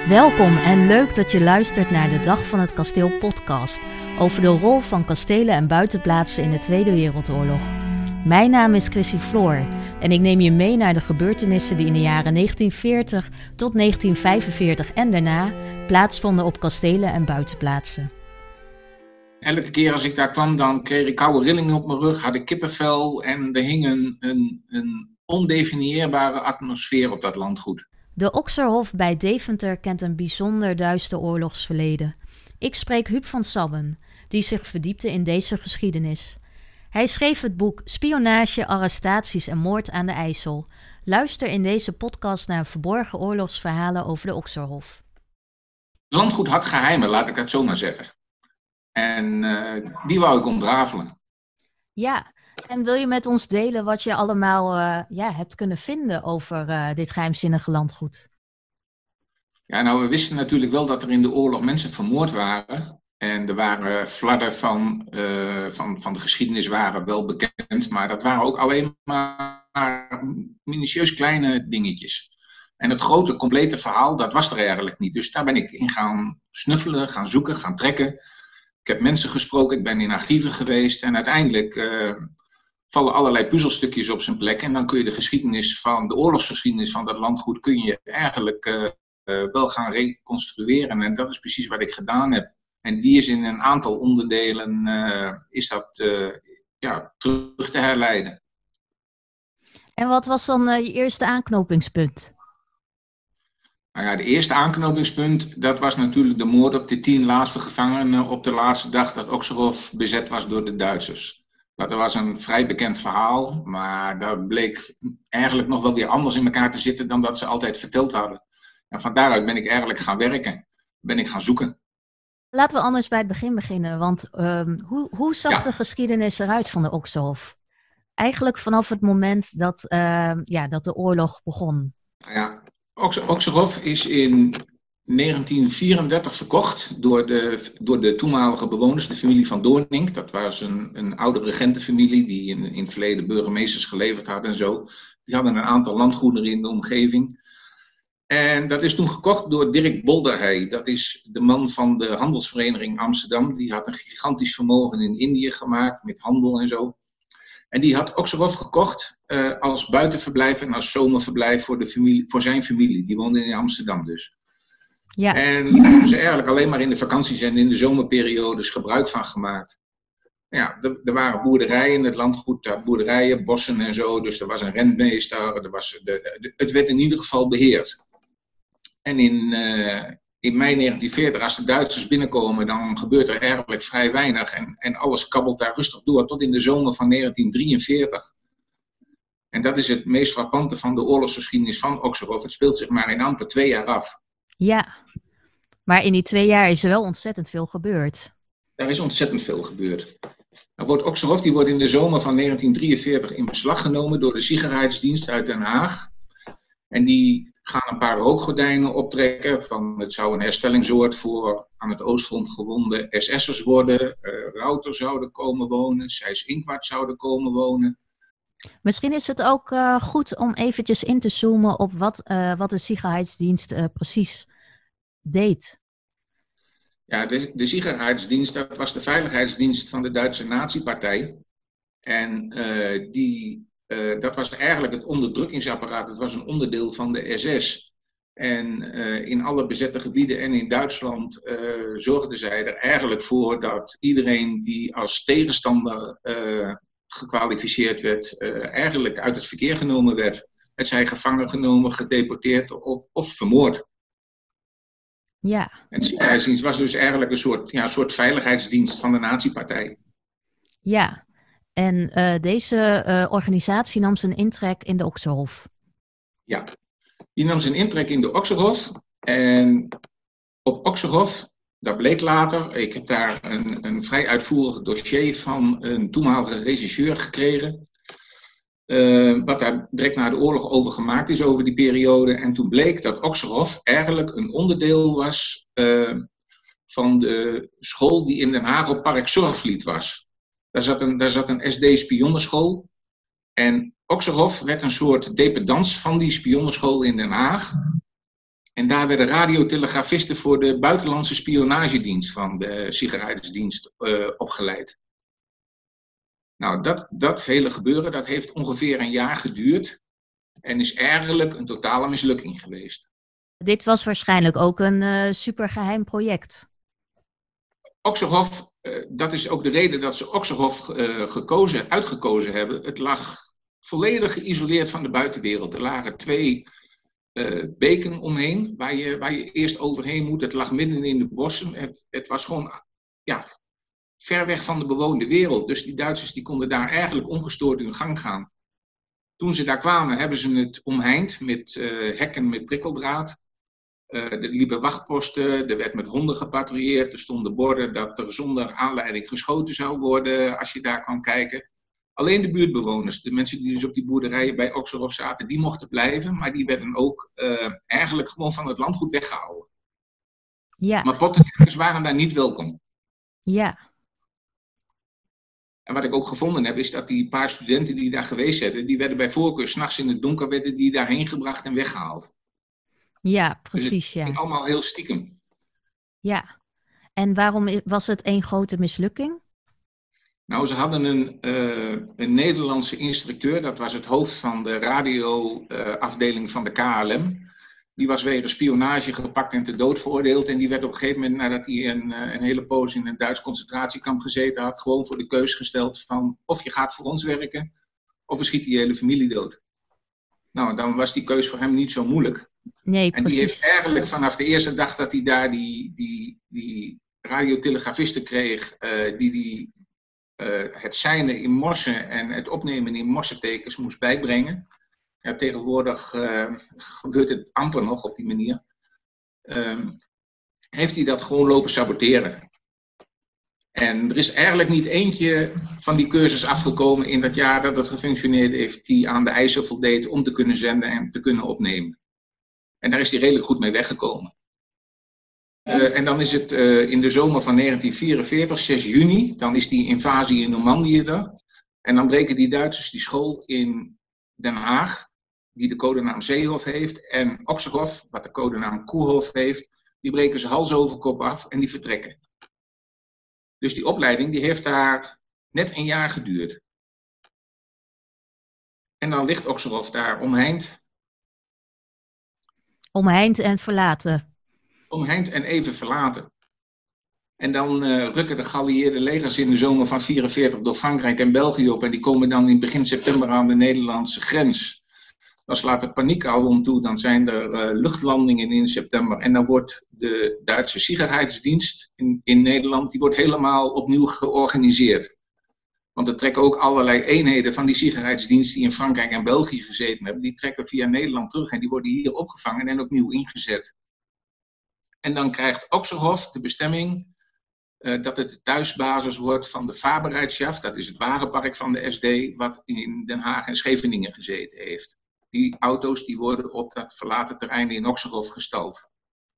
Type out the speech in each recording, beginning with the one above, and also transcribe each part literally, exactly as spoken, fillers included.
Welkom en leuk dat je luistert naar de Dag van het Kasteel podcast over de rol van kastelen en buitenplaatsen in de Tweede Wereldoorlog. Mijn naam is Chrissy Floor en ik neem je mee naar de gebeurtenissen die in de jaren negentien veertig tot negentien vijfenveertig en daarna plaatsvonden op kastelen en buitenplaatsen. Elke keer als ik daar kwam, dan kreeg ik koude rillingen op mijn rug, had ik kippenvel en er hing een, een, een ondefinieerbare atmosfeer op dat landgoed. De Oxerhof bij Deventer kent een bijzonder duister oorlogsverleden. Ik spreek Huub van Sabben, die zich verdiepte in deze geschiedenis. Hij schreef het boek Spionage, Arrestaties en Moord aan de IJssel. Luister in deze podcast naar verborgen oorlogsverhalen over de Oxerhof. Het landgoed had geheimen, laat ik het zo maar zeggen. En uh, die wou ik ontrafelen. Ja, en wil je met ons delen wat je allemaal uh, ja, hebt kunnen vinden over uh, dit geheimzinnige landgoed? Ja, nou, we wisten natuurlijk wel dat er in de oorlog mensen vermoord waren. En er waren flarden van, uh, van, van de geschiedenis waren wel bekend. Maar dat waren ook alleen maar minutieus kleine dingetjes. En het grote, complete verhaal, dat was er eigenlijk niet. Dus daar ben ik in gaan snuffelen, gaan zoeken, gaan trekken. Ik heb mensen gesproken, ik ben in archieven geweest. En uiteindelijk uh, vallen allerlei puzzelstukjes op zijn plek. En dan kun je de geschiedenis van, de oorlogsgeschiedenis van dat landgoed, kun je eigenlijk uh, uh, wel gaan reconstrueren. En dat is precies wat ik gedaan heb. En die is in een aantal onderdelen uh, is dat uh, ja, terug te herleiden. En wat was dan uh, je eerste aanknopingspunt? Nou ja, de eerste aanknopingspunt, dat was natuurlijk de moord op de tien laatste gevangenen op de laatste dag dat Oxerhof bezet was door de Duitsers. Dat was een vrij bekend verhaal, maar dat bleek eigenlijk nog wel weer anders in elkaar te zitten dan dat ze altijd verteld hadden. En van daaruit ben ik eigenlijk gaan werken, ben ik gaan zoeken. Laten we anders bij het begin beginnen, want um, hoe, hoe zag ja. de geschiedenis eruit van de Oxerhof? Eigenlijk vanaf het moment dat, uh, ja, dat de oorlog begon. Ja, Oxerhof is in negentien vierendertig verkocht door de, door de toenmalige bewoners, de familie van Doornink. Dat was een, een oude regentenfamilie die in, in het verleden burgemeesters geleverd had en zo. Die hadden een aantal landgoederen in de omgeving. En dat is toen gekocht door Dirk Bolderheij. Dat is de man van de handelsvereniging Amsterdam. Die had een gigantisch vermogen in Indië gemaakt met handel en zo. En die had Oxerhof gekocht uh, als buitenverblijf en als zomerverblijf voor, de familie, voor zijn familie. Die woonde in Amsterdam dus. Ja. En daar hebben ze eigenlijk alleen maar in de vakanties en in de zomerperiodes gebruik van gemaakt. Ja, er, er waren boerderijen in het landgoed, boerderijen, bossen en zo. Dus er was een rentmeester. Er was de, de, het werd in ieder geval beheerd. En in, uh, in mei negentien veertig, als de Duitsers binnenkomen, dan gebeurt er eigenlijk vrij weinig. En, en alles kabbelt daar rustig door tot in de zomer van negentien drieënveertig. En dat is het meest frappante van de oorlogsgeschiedenis van Oxerhof. Het speelt zich maar in amper twee jaar af. Ja, maar in die twee jaar is er wel ontzettend veel gebeurd. Er is ontzettend veel gebeurd. Nou wordt Oxerhof die wordt in de zomer van negentien drieënveertig in beslag genomen door de Sicherheidsdienst uit Den Haag. En die gaan een paar rookgordijnen optrekken. Van, het zou een herstellingsoord voor aan het oostfront gewonde S S'ers worden. Uh, Rauter zouden komen wonen. Seyss-Inquart zouden komen wonen. Misschien is het ook uh, goed om eventjes in te zoomen op wat, uh, wat de Sicherheidsdienst uh, precies deed. Ja, de, de Sicherheidsdienst, dat was de veiligheidsdienst van de Duitse Nazi-partij. En uh, die... Uh, dat was eigenlijk het onderdrukkingsapparaat, het was een onderdeel van de S S. En uh, in alle bezette gebieden en in Duitsland uh, zorgden zij er eigenlijk voor dat iedereen die als tegenstander uh, gekwalificeerd werd, uh, eigenlijk uit het verkeer genomen werd. Het zij gevangen genomen, gedeporteerd of, of vermoord. Ja. En de Sicherheidsdienst was dus eigenlijk een soort, ja, soort veiligheidsdienst van de Nazi-partij. Ja. En uh, deze uh, organisatie nam zijn intrek in de Oxerhof. Ja, die nam zijn intrek in de Oxerhof. En op Oxerhof, dat bleek later, ik heb daar een, een vrij uitvoerig dossier van een toenmalige regisseur gekregen. Uh, wat daar direct na de oorlog over gemaakt is over die periode. En toen bleek dat Oxerhof eigenlijk een onderdeel was uh, van de school die in Den Haag op Park Zorgvliet was. Daar zat een, daar zat een S D-spionnenschool. En Oxerhof werd een soort dependance van die spionnenschool in Den Haag. En daar werden radiotelegrafisten voor de buitenlandse spionagedienst van de sigarettendienst uh, opgeleid. Nou, dat, dat hele gebeuren, dat heeft ongeveer een jaar geduurd en is eigenlijk een totale mislukking geweest. Dit was waarschijnlijk ook een uh, supergeheim project. Oxerhof, uh, dat is ook de reden dat ze Oxerhof uh, gekozen, uitgekozen hebben. Het lag volledig geïsoleerd van de buitenwereld. Er lagen twee uh, beken omheen waar je, waar je eerst overheen moet. Het lag midden in de bossen. Het, het was gewoon ja, ver weg van de bewoonde wereld. Dus die Duitsers die konden daar eigenlijk ongestoord hun gang gaan. Toen ze daar kwamen hebben ze het omheind met uh, hekken met prikkeldraad. Uh, er liepen wachtposten, er werd met honden gepatrouilleerd. Er stonden borden dat er zonder aanleiding geschoten zou worden als je daar kwam kijken. Alleen de buurtbewoners, de mensen die dus op die boerderijen bij Oxerhof zaten, die mochten blijven. Maar die werden ook uh, eigenlijk gewoon van het landgoed weggehouden. Ja. Maar pottenkijkers waren daar niet welkom. Ja. En wat ik ook gevonden heb, is dat die paar studenten die daar geweest zijn, die werden bij voorkeur 's nachts in het donker werden die daarheen gebracht en weggehaald. Ja, precies, dus het ja. ging allemaal heel stiekem. Ja. En waarom was het één grote mislukking? Nou, ze hadden een, uh, een Nederlandse instructeur, dat was het hoofd van de radioafdeling uh, van de K L M. Die was wegens spionage gepakt en ter dood veroordeeld. En die werd op een gegeven moment, nadat hij een, een hele poos in een Duits concentratiekamp gezeten had, gewoon voor de keus gesteld van of je gaat voor ons werken, of we schieten je hele familie dood. Nou, dan was die keus voor hem niet zo moeilijk. Nee, en precies. die heeft eigenlijk vanaf de eerste dag dat hij daar die, die, die radiotelegrafisten kreeg, uh, die, die uh, het seinen in morsen en het opnemen in morsentekens moest bijbrengen. Ja, tegenwoordig uh, gebeurt het amper nog op die manier. Um, heeft hij dat gewoon lopen saboteren. En er is eigenlijk niet eentje van die cursus afgekomen in dat jaar dat het gefunctioneerd heeft, die aan de eisen voldeed om te kunnen zenden en te kunnen opnemen. En daar is hij redelijk goed mee weggekomen. Uh, en dan is het uh, in de zomer van negentien vierenveertig, zes juni, dan is die invasie in Normandië er. En dan breken die Duitsers die school in Den Haag, die de codenaam Seehof heeft, en Oxerhof, wat de codenaam Koehof heeft, die breken ze hals over kop af en die vertrekken. Dus die opleiding die heeft daar net een jaar geduurd. En dan ligt Oxerhof daar omheind. Omheind en verlaten. Omheind en even verlaten. En dan uh, rukken de geallieerde legers in de zomer van vierenveertig door Frankrijk en België op. En die komen dan in begin september aan de Nederlandse grens. Dan slaat de paniek al om toe. Dan zijn er uh, luchtlandingen in september. En dan wordt de Duitse Sicherheidsdienst in, in Nederland, die wordt helemaal opnieuw georganiseerd. Want er trekken ook allerlei eenheden van die Sicherheidsdienst die in Frankrijk en België gezeten hebben. Die trekken via Nederland terug en die worden hier opgevangen en opnieuw ingezet. En dan krijgt Oxerhof de bestemming uh, dat het de thuisbasis wordt van de Fahrbereitschaft. Dat is het wagenpark van de S D, wat in Den Haag en Scheveningen gezeten heeft. Die auto's die worden op dat verlaten terrein in Oxerhof gestald.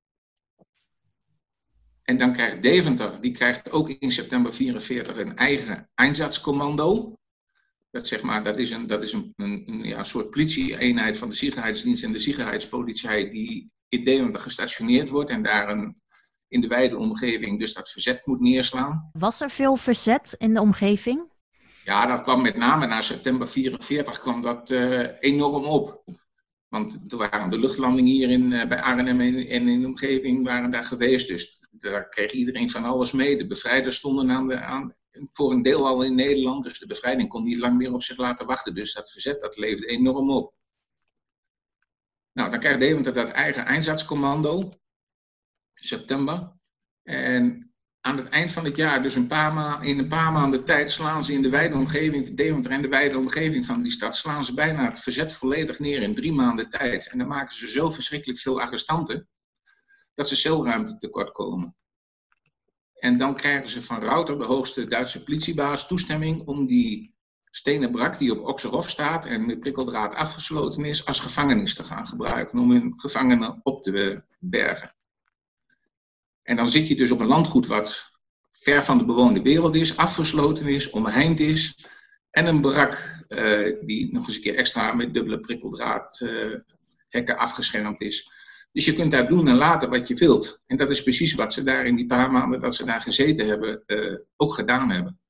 En dan krijgt Deventer, die krijgt ook in september vierenveertig een eigen Einsatzkommando. Dat, zeg maar, dat is een, dat is een, een, een ja, soort politie-eenheid van de Sicherheidsdienst en de Sicherheidspolitie die in Deventer gestationeerd wordt en daar een, in de wijde omgeving dus dat verzet moet neerslaan. Was er veel verzet in de omgeving? Ja, dat kwam met name na september vierenveertig kwam dat uh, enorm op. Want er waren de luchtlandingen hier in, uh, bij Arnhem en, en in de omgeving waren daar geweest. Dus daar kreeg iedereen van alles mee. De bevrijders stonden aan de, aan, voor een deel al in Nederland. Dus de bevrijding kon niet lang meer op zich laten wachten. Dus dat verzet dat leefde enorm op. Nou, dan krijgt Deventer dat eigen Einsatzkommando. September. En aan het eind van het jaar, dus een paar ma- in een paar maanden tijd, slaan ze in de wijde omgeving, Deventer en de wijde omgeving van die stad, slaan ze bijna het verzet volledig neer in drie maanden tijd. En dan maken ze zo verschrikkelijk veel arrestanten, dat ze celruimte tekort komen. En dan krijgen ze van Rauter, de hoogste Duitse politiebaas, toestemming om die stenen brak die op Oxerhof staat en de prikkeldraad afgesloten is, als gevangenis te gaan gebruiken, om hun gevangenen op te bergen. En dan zit je dus op een landgoed wat ver van de bewoonde wereld is, afgesloten is, omheind is. En een barak uh, die nog eens een keer extra met dubbele prikkeldraad uh, hekken afgeschermd is. Dus je kunt daar doen en laten wat je wilt. En dat is precies wat ze daar in die paar maanden dat ze daar gezeten hebben, uh, ook gedaan hebben.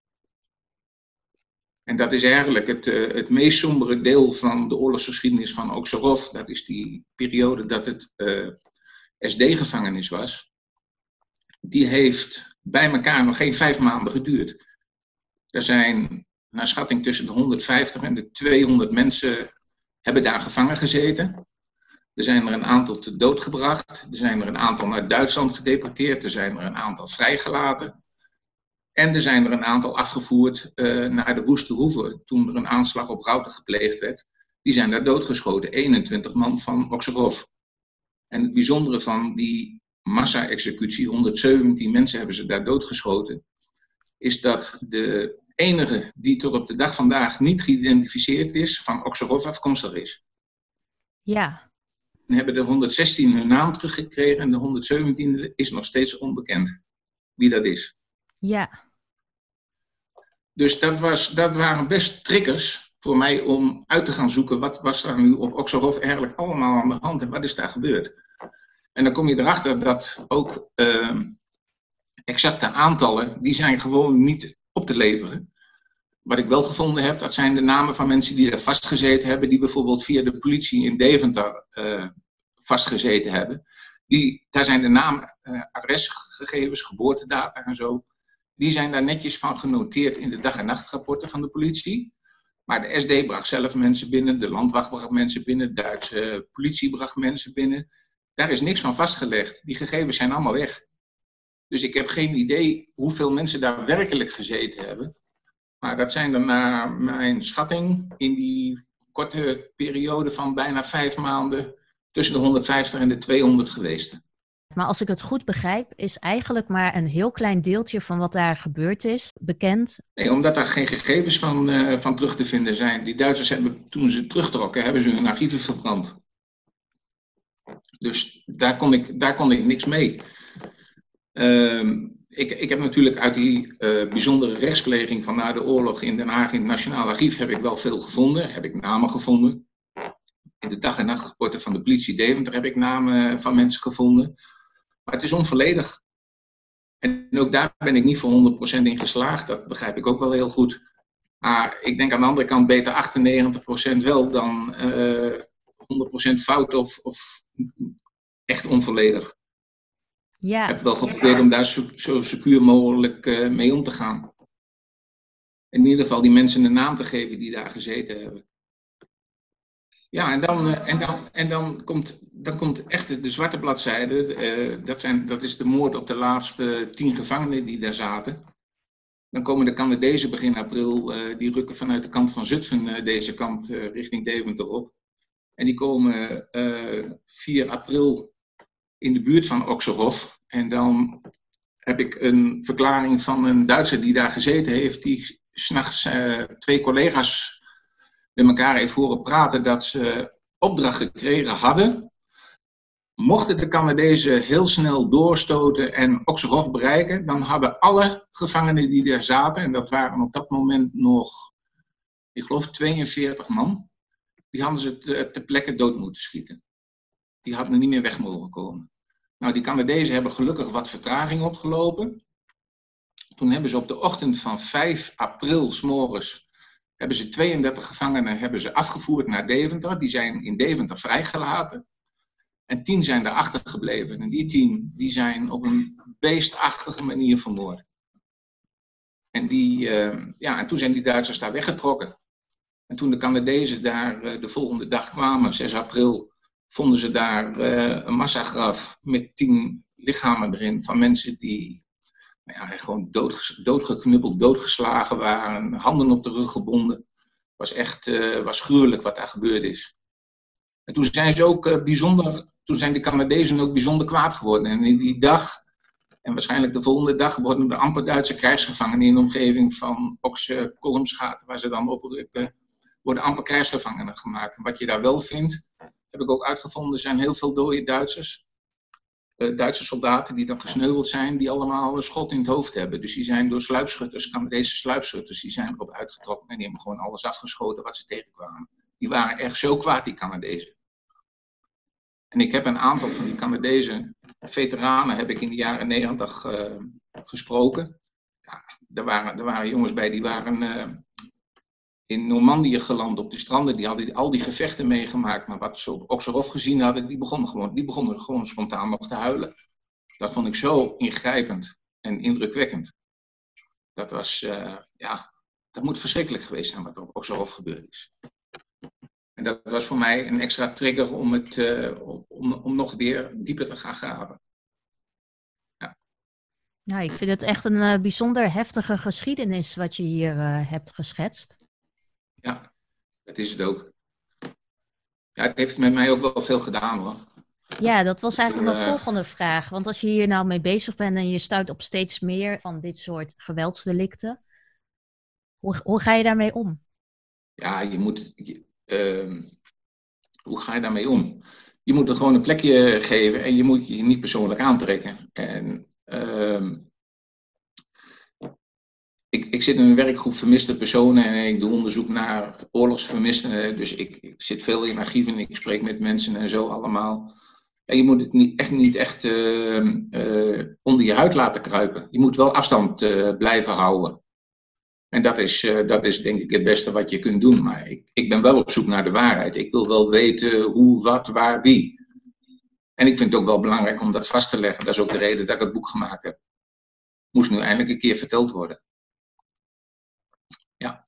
En dat is eigenlijk het, uh, het meest sombere deel van de oorlogsgeschiedenis van Oxerov. Dat is die periode dat het uh, S D-gevangenis was. Die heeft bij elkaar nog geen vijf maanden geduurd. Er zijn naar schatting tussen de honderdvijftig en de tweehonderd mensen hebben daar gevangen gezeten. Er zijn er een aantal te dood gebracht. Er zijn er een aantal naar Duitsland gedeporteerd. Er zijn er een aantal vrijgelaten. En er zijn er een aantal afgevoerd uh, naar de Woeste Hoeve. Toen er een aanslag op Rauter gepleegd werd. Die zijn daar doodgeschoten. eenentwintig man van Oxerov. En het bijzondere van die massa-executie, honderdzeventien mensen hebben ze daar doodgeschoten, is dat de enige die tot op de dag vandaag niet geïdentificeerd is, van Oxerov afkomstig is. Ja. En hebben de honderdzestien hun naam teruggekregen en de honderdzeventien is nog steeds onbekend wie dat is. Ja. Dus dat, was, dat waren best triggers voor mij om uit te gaan zoeken wat was er nu op Oxerov eigenlijk allemaal aan de hand en wat is daar gebeurd. En dan kom je erachter dat ook uh, exacte aantallen, die zijn gewoon niet op te leveren. Wat ik wel gevonden heb, dat zijn de namen van mensen die er vastgezeten hebben, die bijvoorbeeld via de politie in Deventer uh, vastgezeten hebben. Die, daar zijn de naam, uh, adresgegevens, geboortedata en zo. Die zijn daar netjes van genoteerd in de dag- en nachtrapporten van de politie. Maar de S D bracht zelf mensen binnen, de landwacht bracht mensen binnen, de Duitse politie bracht mensen binnen. Daar is niks van vastgelegd. Die gegevens zijn allemaal weg. Dus ik heb geen idee hoeveel mensen daar werkelijk gezeten hebben. Maar dat zijn er naar mijn schatting in die korte periode van bijna vijf maanden tussen de honderdvijftig en de tweehonderd geweest. Maar als ik het goed begrijp, is eigenlijk maar een heel klein deeltje van wat daar gebeurd is bekend. Nee, omdat daar geen gegevens van, uh, van terug te vinden zijn. Die Duitsers hebben, toen ze terugtrokken, hebben ze hun archieven verbrand. Dus daar kon ik, daar kon ik niks mee. Uh, ik, ik heb natuurlijk uit die uh, bijzondere rechtspleging van na de oorlog in Den Haag in het Nationaal Archief heb ik wel veel gevonden. Heb ik namen gevonden. In de dag- en nachtrapporten van de politie Deventer heb ik namen van mensen gevonden. Maar het is onvolledig. En ook daar ben ik niet voor honderd procent in geslaagd. Dat begrijp ik ook wel heel goed. Maar ik denk aan de andere kant beter achtennegentig procent wel dan uh, honderd procent fout of, of echt onvolledig. Ja. Ik heb wel geprobeerd om daar zo, zo secuur mogelijk uh, mee om te gaan. In ieder geval die mensen een naam te geven die daar gezeten hebben. Ja, en dan, uh, en dan, en dan, komt, dan komt echt de zwarte bladzijde. Uh, dat, zijn, dat is de moord op de laatste tien gevangenen die daar zaten. Dan komen de Canadezen begin april, uh, die rukken vanuit de kant van Zutphen uh, deze kant uh, richting Deventer op. En die komen uh, vier april in de buurt van Oxerov. En dan heb ik een verklaring van een Duitser die daar gezeten heeft, die 's nachts uh, twee collega's met elkaar heeft horen praten dat ze opdracht gekregen hadden. Mochten de Canadezen heel snel doorstoten en Oxerov bereiken, dan hadden alle gevangenen die daar zaten, en dat waren op dat moment nog, ik geloof tweeënveertig man, die hadden ze te, te plekke dood moeten schieten. Die hadden er niet meer weg mogen komen. Nou, die Canadezen hebben gelukkig wat vertraging opgelopen. Toen hebben ze op de ochtend van vijf april 's morgens hebben ze tweeëndertig gevangenen hebben ze afgevoerd naar Deventer. Die zijn in Deventer vrijgelaten. En tien zijn daar achtergebleven. En die tien die zijn op een beestachtige manier vermoord. En, die, uh, ja, en toen zijn die Duitsers daar weggetrokken. En toen de Canadezen daar uh, de volgende dag kwamen, zes april, vonden ze daar uh, een massagraf met tien lichamen erin van mensen die nou ja, gewoon dood, doodgeknuppeld, doodgeslagen waren, handen op de rug gebonden. Het was echt uh, was gruwelijk wat daar gebeurd is. En toen zijn ze ook uh, bijzonder, toen zijn de Canadezen ook bijzonder kwaad geworden. En in die dag, en waarschijnlijk de volgende dag, worden er amper Duitse krijgsgevangenen in de omgeving van Oxe, Kolmsgaat, waar ze dan oprukken, worden amper krijgsgevangenen gemaakt. En wat je daar wel vindt, heb ik ook uitgevonden, zijn heel veel dode Duitsers. Uh, Duitse soldaten die dan gesneuveld zijn, die allemaal een schot in het hoofd hebben. Dus die zijn door sluipschutters, Canadese sluipschutters, die zijn erop uitgetrokken en die hebben gewoon alles afgeschoten wat ze tegenkwamen. Die waren echt zo kwaad, die Canadezen. En ik heb een aantal van die Canadese veteranen heb ik in de jaren negentig uh, gesproken. Ja, er, waren, er waren jongens bij die waren uh, in Normandië geland op de stranden. Die hadden al die gevechten meegemaakt. Maar wat ze op Oxerhof gezien hadden, die begonnen, gewoon, die begonnen gewoon spontaan nog te huilen. Dat vond ik zo ingrijpend en indrukwekkend. Dat was, uh, ja, dat moet verschrikkelijk geweest zijn wat er op Oxerhof gebeurd is. En dat was voor mij een extra trigger om, het, uh, om, om nog weer dieper te gaan graven. Ja. Nou, ik vind het echt een uh, bijzonder heftige geschiedenis wat je hier uh, hebt geschetst. Ja, dat is het ook. Ja, het heeft met mij ook wel veel gedaan hoor. Ja, dat was eigenlijk mijn uh, volgende vraag. Want als je hier nou mee bezig bent en je stuit op steeds meer van dit soort geweldsdelicten. Hoe, hoe ga je daarmee om? Ja, je moet... Je, uh, hoe ga je daarmee om? Je moet er gewoon een plekje geven en je moet je niet persoonlijk aantrekken. En... Uh, Ik, ik zit in een werkgroep vermiste personen en ik doe onderzoek naar oorlogsvermisten. Dus ik, ik zit veel in archieven en ik spreek met mensen en zo allemaal. En je moet het niet, echt niet echt uh, uh, onder je huid laten kruipen. Je moet wel afstand uh, blijven houden. En dat is, uh, dat is denk ik het beste wat je kunt doen. Maar ik, ik ben wel op zoek naar de waarheid. Ik wil wel weten hoe, wat, waar, wie. En ik vind het ook wel belangrijk om dat vast te leggen. Dat is ook de reden dat ik het boek gemaakt heb. Moest nu eindelijk een keer verteld worden. Ja.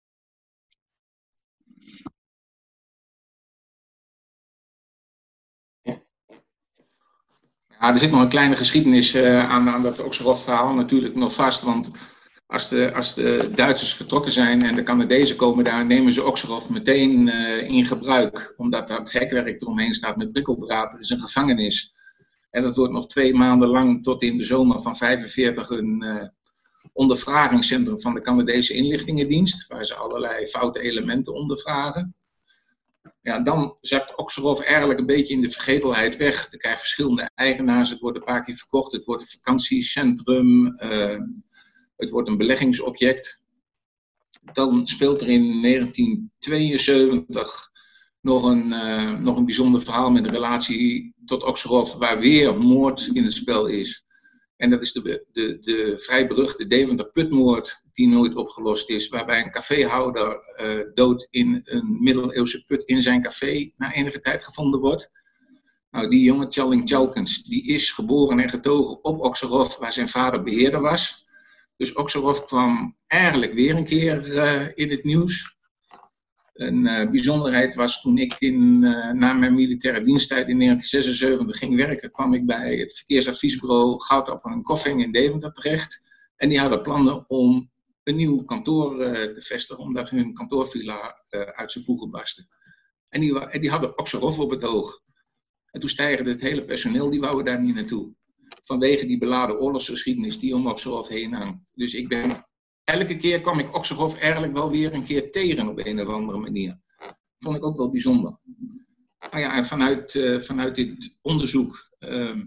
Ja, er zit nog een kleine geschiedenis uh, aan, aan dat Oxerhof-verhaal natuurlijk nog vast. Want als de, als de Duitsers vertrokken zijn en de Canadezen komen daar, nemen ze Oxerhof meteen uh, in gebruik. Omdat dat hekwerk eromheen staat met prikkeldraad. Er is een gevangenis. En dat wordt nog twee maanden lang tot in de zomer van vijfenveertig een uh, ondervragingscentrum van de Canadese inlichtingendienst. Waar ze allerlei foute elementen ondervragen. Ja, dan zakt Oxerhof eigenlijk een beetje in de vergetelheid weg. Er krijgt verschillende eigenaars, het wordt een paar keer verkocht, het wordt een vakantiecentrum, uh, het wordt een beleggingsobject. Dan speelt er in negentien tweeënzeventig nog een, uh, nog een bijzonder verhaal met een relatie tot Oxerhof, waar weer moord in het spel is. En dat is de, de, de vrij beruchte Deventer-putmoord, die nooit opgelost is, waarbij een caféhouder uh, dood in een middeleeuwse put in zijn café na enige tijd gevonden wordt. Nou, die jonge Tjalling Tjalkens, die is geboren en getogen op Oxerhof, waar zijn vader beheerder was. Dus Oxerhof kwam eigenlijk weer een keer uh, in het nieuws. Een uh, bijzonderheid was toen ik in, uh, na mijn militaire diensttijd in negentien zesenzeventig ging werken, kwam ik bij het verkeersadviesbureau Goudappel en Koffing in Deventer terecht. En die hadden plannen om een nieuw kantoor uh, te vestigen, omdat hun kantoorvilla uh, uit zijn voegen barstte. En die, en die hadden Oxerhof op het oog. En toen steigerde het hele personeel, die wouden daar niet naartoe. Vanwege die beladen oorlogsgeschiedenis die om Oxerhof heen hangt. Dus ik ben... Elke keer kwam ik Oxerhof eigenlijk wel weer een keer tegen op een of andere manier. Dat vond ik ook wel bijzonder. Nou ja, en vanuit, uh, vanuit dit onderzoek uh,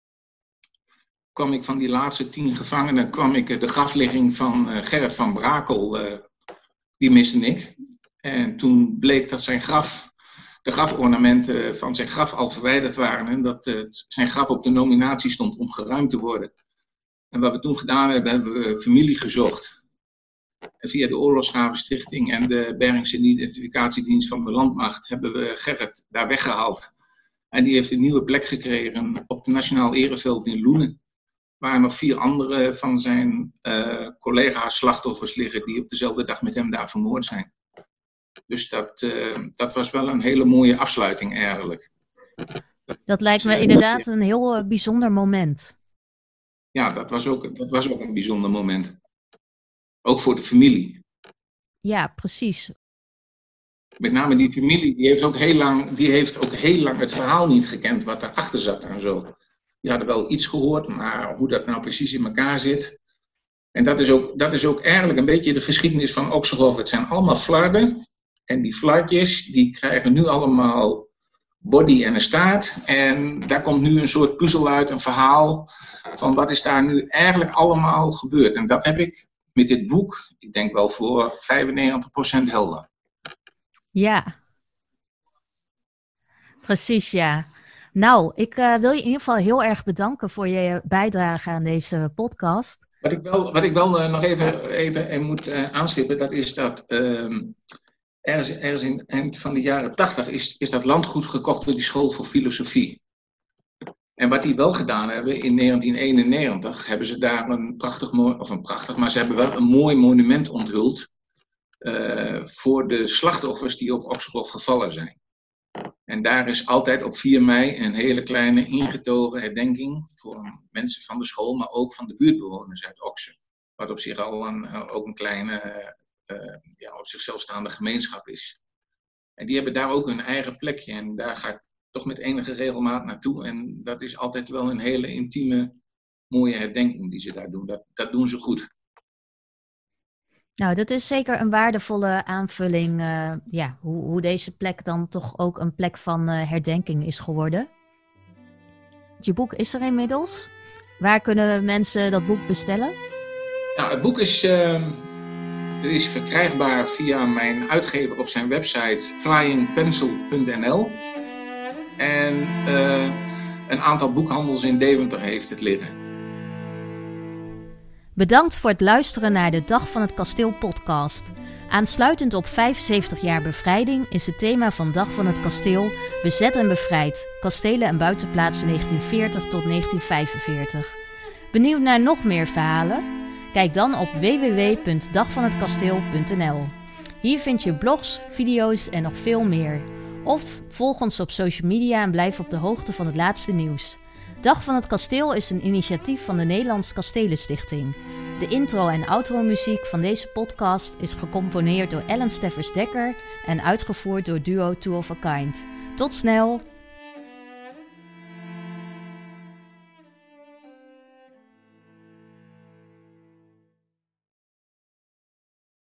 kwam ik van die laatste tien gevangenen, kwam ik uh, de grafligging van uh, Gerrit van Brakel, uh, die miste ik. En toen bleek dat zijn graf, de grafornamenten van zijn graf al verwijderd waren en dat uh, zijn graf op de nominatie stond om geruimd te worden. En wat we toen gedaan hebben, hebben we familie gezocht. En via de Oorlogsgravenstichting en de Bergings- en Identificatiedienst van de Landmacht hebben we Gerrit daar weggehaald. En die heeft een nieuwe plek gekregen op het Nationaal Ereveld in Loenen. Waar nog vier andere van zijn uh, collega's slachtoffers liggen die op dezelfde dag met hem daar vermoord zijn. Dus dat, uh, dat was wel een hele mooie afsluiting eigenlijk. Dat lijkt me inderdaad een heel uh, bijzonder moment. Ja, dat was, ook, dat was ook een bijzonder moment. Ook voor de familie. Ja, precies. Met name die familie, die heeft ook heel lang, die heeft ook heel lang het verhaal niet gekend wat erachter zat en zo. Die hadden wel iets gehoord, maar hoe dat nou precies in elkaar zit. En dat is ook, dat is ook eigenlijk een beetje de geschiedenis van Oxerhof. Het zijn allemaal flarden. En die flartjes, die krijgen nu allemaal body en een staart. En daar komt nu een soort puzzel uit, een verhaal van wat is daar nu eigenlijk allemaal gebeurd. En dat heb ik met dit boek, ik denk wel voor vijfennegentig procent helder. Ja, precies ja. Nou, ik uh, wil je in ieder geval heel erg bedanken voor je bijdrage aan deze podcast. Wat ik wel, wat ik wel uh, nog even, even moet uh, aanstippen, dat is dat uh, ergens, ergens in het eind van de jaren tachtig is, is dat landgoed gekocht door die school voor filosofie. En wat die wel gedaan hebben, in negentien eenennegentig hebben ze daar een prachtig, of een prachtig, maar ze hebben wel een mooi monument onthuld uh, voor de slachtoffers die op Oxerhof gevallen zijn. En daar is altijd op vier mei een hele kleine ingetogen herdenking voor mensen van de school, maar ook van de buurtbewoners uit Oxen. Wat op zich al een, ook een kleine, uh, ja, op zichzelf staande gemeenschap is. En die hebben daar ook hun eigen plekje en daar ga ik toch met enige regelmaat naartoe. En dat is altijd wel een hele intieme, mooie herdenking die ze daar doen. Dat, dat doen ze goed. Nou, dat is zeker een waardevolle aanvulling, uh, ja, hoe, hoe deze plek dan toch ook een plek van uh, herdenking is geworden. Je boek is er inmiddels. Waar kunnen mensen dat boek bestellen? Nou, het boek is, uh, is verkrijgbaar via mijn uitgever op zijn website flying pencil punt n l. En uh, een aantal boekhandels in Deventer heeft het liggen. Bedankt voor het luisteren naar de Dag van het Kasteel podcast. Aansluitend op vijfenzeventig jaar bevrijding is het thema van Dag van het Kasteel Bezet en Bevrijd, kastelen en buitenplaatsen negentien veertig tot negentien vijfenveertig. Benieuwd naar nog meer verhalen? Kijk dan op w w w punt dag van het kasteel punt n l. Hier vind je blogs, video's en nog veel meer. Of volg ons op social media en blijf op de hoogte van het laatste nieuws. Dag van het Kasteel is een initiatief van de Nederlandse Kastelenstichting. De intro- en outro-muziek van deze podcast is gecomponeerd door Ellen Steffers-Dekker en uitgevoerd door duo Two of a Kind. Tot snel!